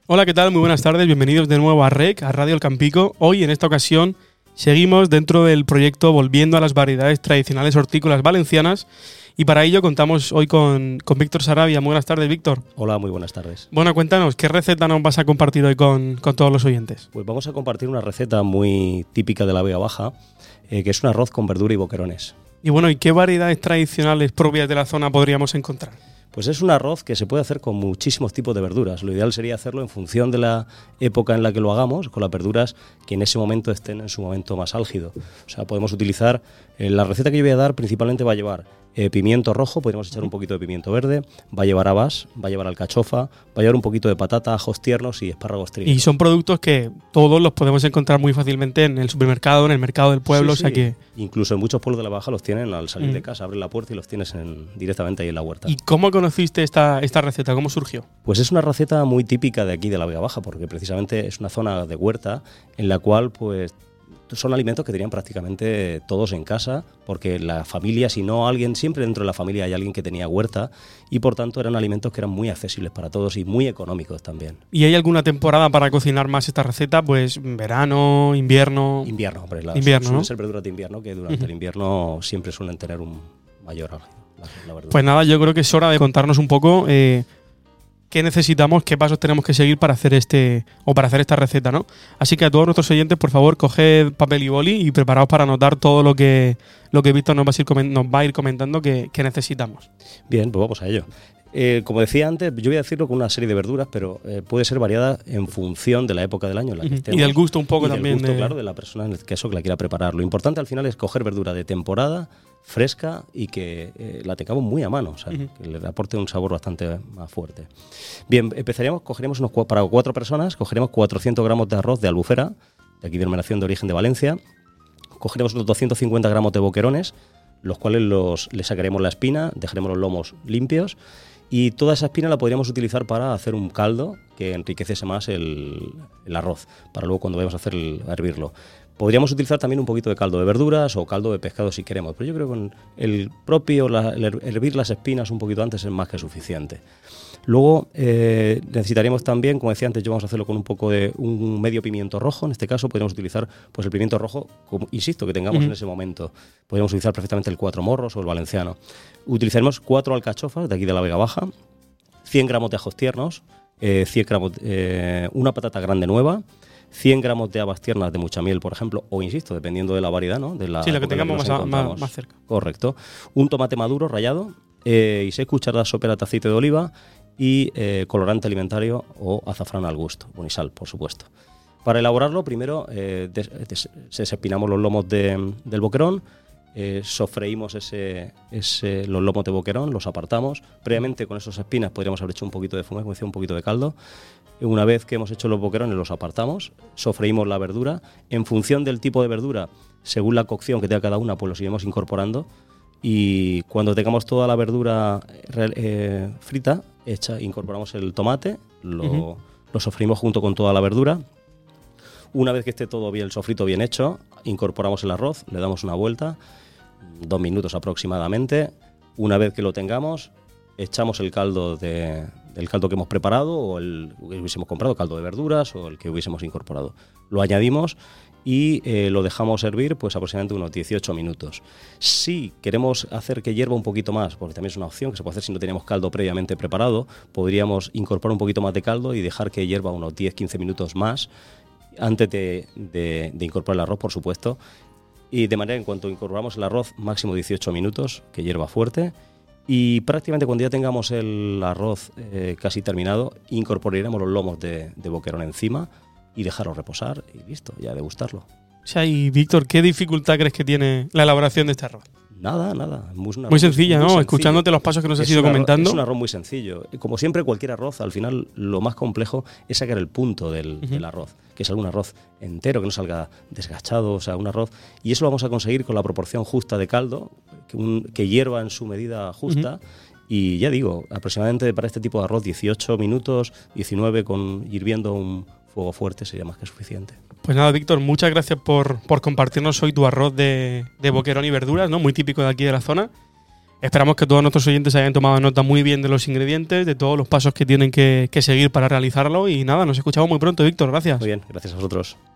Hola, ¿qué tal? Muy buenas tardes, bienvenidos de nuevo a REC, a Radio El Campico. Hoy, en esta ocasión, seguimos dentro del proyecto Volviendo a las variedades tradicionales hortícolas valencianas y para ello contamos hoy con Víctor Sarabia. Muy buenas tardes, Víctor. Hola, muy buenas tardes. Bueno, cuéntanos, ¿qué receta nos vas a compartir hoy con todos los oyentes? Pues vamos a compartir una receta muy típica de la Vega Baja, que es un arroz con verdura y boquerones. Y bueno, ¿y qué variedades tradicionales propias de la zona podríamos encontrar? Pues es un arroz que se puede hacer con muchísimos tipos de verduras. Lo ideal sería hacerlo en función de la época en la que lo hagamos, con las verduras que en ese momento estén en su momento más álgido. O sea, podemos utilizar, la receta que yo voy a dar principalmente va a llevar pimiento rojo, podríamos echar un poquito de pimiento verde, va a llevar habas, va a llevar alcachofa, va a llevar un poquito de patata, ajos tiernos y espárragos tríos. Y son productos que todos los podemos encontrar muy fácilmente en el supermercado, en el mercado del pueblo, Sí, o sea que... Incluso en muchos pueblos de la Baja los tienen al salir de casa, abren la puerta y los tienes directamente ahí en la huerta. ¿Y cómo conociste esta receta? ¿Cómo surgió? Pues es una receta muy típica de aquí de la Vega Baja, porque precisamente es una zona de huerta en la cual pues son alimentos que tenían prácticamente todos en casa, porque la familia, si no alguien, siempre dentro de la familia hay alguien que tenía huerta y por tanto eran alimentos que eran muy accesibles para todos y muy económicos también. ¿Y hay alguna temporada para cocinar más esta receta? Pues verano, invierno... Invierno, hombre, invierno, suelen ¿no? ser verduras de invierno que durante el invierno siempre suelen tener un mayor álgido, la verdura. Pues nada, yo creo que es hora de contarnos un poco qué necesitamos, qué pasos tenemos que seguir para hacer esta receta, ¿no? Así que a todos nuestros oyentes, por favor, coged papel y boli y preparaos para anotar todo lo que Víctor nos va a ir comentando que necesitamos. Bien, pues vamos a ello. Como decía antes, yo voy a decirlo con una serie de verduras, pero puede ser variada en función de la época del año en la que estemos. Y del gusto un poco también. Y del gusto, claro, de la persona en el caso que la quiera preparar. Lo importante al final es coger verdura de temporada, fresca y que la tengamos muy a mano, o sea, que le aporte un sabor bastante más fuerte. Bien, cogeremos para 4 personas, cogeremos 400 gramos de arroz de albufera, de aquí denominación de origen de Valencia, cogeremos unos 250 gramos de boquerones, los cuales le sacaremos la espina, dejaremos los lomos limpios y toda esa espina la podríamos utilizar para hacer un caldo que enriqueciese más el arroz, para luego cuando vayamos a hervirlo. Podríamos utilizar también un poquito de caldo de verduras o caldo de pescado si queremos, pero yo creo que con el hervir las espinas un poquito antes es más que suficiente. Luego necesitaríamos también, como decía antes, yo vamos a hacerlo con un poco de un medio pimiento rojo. En este caso podríamos utilizar pues el pimiento rojo, insisto, que tengamos en ese momento. Podríamos utilizar perfectamente el 4 morros o el valenciano. Utilizaremos 4 alcachofas de aquí de la Vega Baja, 100 gramos de ajos tiernos, 100 gramos, una patata grande nueva, 100 gramos de habas tiernas de mucha miel, por ejemplo, o insisto, dependiendo de la variedad, ¿no? La que tengamos más cerca. Correcto. Un tomate maduro rallado y 6 cucharadas soperas de aceite de oliva y colorante alimentario o azafrán al gusto, bonisal, por supuesto. Para elaborarlo, primero desespinamos los lomos del boquerón, sofreímos los lomos de boquerón, los apartamos. Previamente con esas espinas podríamos haber hecho un poquito de fumet, como decía, un poquito de caldo. Una vez que hemos hecho los boquerones los apartamos, sofreímos la verdura. En función del tipo de verdura, según la cocción que tenga cada una, pues los iremos incorporando. Y cuando tengamos toda la verdura frita, hecha, incorporamos el tomate, lo sofreímos junto con toda la verdura. Una vez que esté todo bien, el sofrito bien hecho, incorporamos el arroz, le damos una vuelta, 2 minutos aproximadamente. Una vez que lo tengamos, echamos el caldo del caldo que hemos preparado o el que hubiésemos comprado, caldo de verduras o el que hubiésemos incorporado. Lo añadimos y lo dejamos hervir pues aproximadamente unos 18 minutos. Si queremos hacer que hierva un poquito más, porque también es una opción que se puede hacer si no tenemos caldo previamente preparado, podríamos incorporar un poquito más de caldo y dejar que hierva unos 10-15 minutos más antes de incorporar el arroz, por supuesto. Y de manera que en cuanto incorporamos el arroz, máximo 18 minutos, que hierva fuerte. Y prácticamente cuando ya tengamos el arroz casi terminado, incorporaremos los lomos de boquerón encima y dejarlo reposar y listo, ya degustarlo. O sea, y Víctor, ¿qué dificultad crees que tiene la elaboración de este arroz? Nada. Muy sencilla, ¿no? Escuchándote los pasos que nos has ido comentando. Es un arroz muy sencillo. Como siempre, cualquier arroz, al final, lo más complejo es sacar el punto del arroz. Que salga un arroz entero, que no salga desgachado, o sea, un arroz. Y eso lo vamos a conseguir con la proporción justa de caldo, que hierva en su medida justa. Y ya digo, aproximadamente para este tipo de arroz, 18 minutos, 19 con hirviendo un fuego fuerte sería más que suficiente. Pues nada, Víctor, muchas gracias por compartirnos hoy tu arroz de boquerón y verduras, ¿no? Muy típico de aquí de la zona. Esperamos que todos nuestros oyentes hayan tomado nota muy bien de los ingredientes, de todos los pasos que tienen que seguir para realizarlo. Y nada, nos escuchamos muy pronto, Víctor. Gracias. Muy bien, gracias a vosotros.